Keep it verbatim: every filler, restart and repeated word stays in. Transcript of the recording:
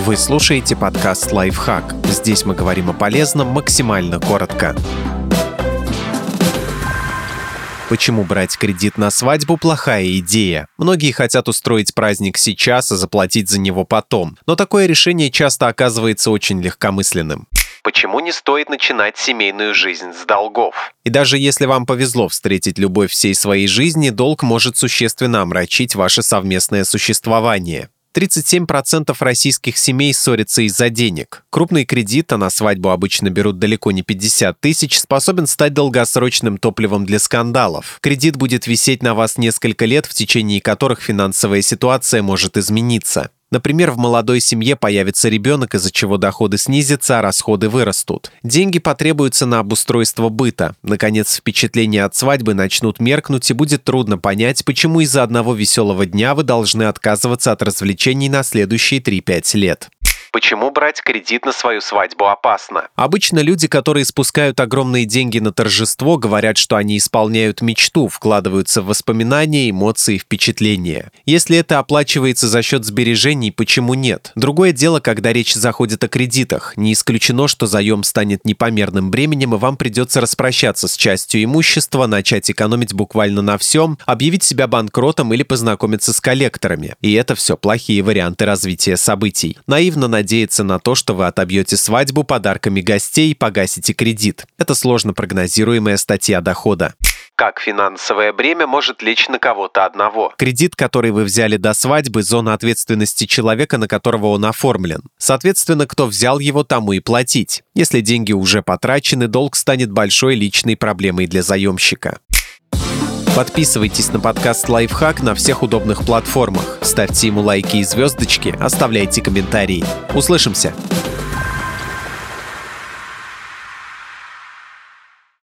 Вы слушаете подкаст «Лайфхак». Здесь мы говорим о полезном максимально коротко. Почему брать кредит на свадьбу – плохая идея? Многие хотят устроить праздник сейчас и заплатить за него потом. Но такое решение часто оказывается очень легкомысленным. Почему не стоит начинать семейную жизнь с долгов? И даже если вам повезло встретить любовь всей своей жизни, долг может существенно омрачить ваше совместное существование. тридцать семь процентов российских семей ссорятся из-за денег. Крупный кредит, а на свадьбу обычно берут далеко не пятьдесят тысяч, способен стать долгосрочным топливом для скандалов. Кредит будет висеть на вас несколько лет, в течение которых финансовая ситуация может измениться. Например, в молодой семье появится ребенок, из-за чего доходы снизятся, а расходы вырастут. Деньги потребуются на обустройство быта. Наконец, впечатления от свадьбы начнут меркнуть, и будет трудно понять, почему из-за одного веселого дня вы должны отказываться от развлечений на следующие три-пять лет. Почему брать кредит на свою свадьбу опасно? Обычно люди, которые спускают огромные деньги на торжество, говорят, что они исполняют мечту, вкладываются в воспоминания, эмоции, впечатления. Если это оплачивается за счет сбережений, почему нет? Другое дело, когда речь заходит о кредитах. Не исключено, что заем станет непомерным бременем, и вам придется распрощаться с частью имущества, начать экономить буквально на всем, объявить себя банкротом или познакомиться с коллекторами. И это все плохие варианты развития событий. Наивно надеяться на то, что вы отобьете свадьбу подарками гостей и погасите кредит. Это сложно прогнозируемая статья дохода. Как финансовое бремя может лечь на кого-то одного? Кредит, который вы взяли до свадьбы, зона ответственности человека, на которого он оформлен. Соответственно, кто взял его, тому и платить. Если деньги уже потрачены, долг станет большой личной проблемой для заемщика. Подписывайтесь на подкаст «Лайфхак» на всех удобных платформах. Ставьте ему лайки и звездочки, оставляйте комментарии. Услышимся!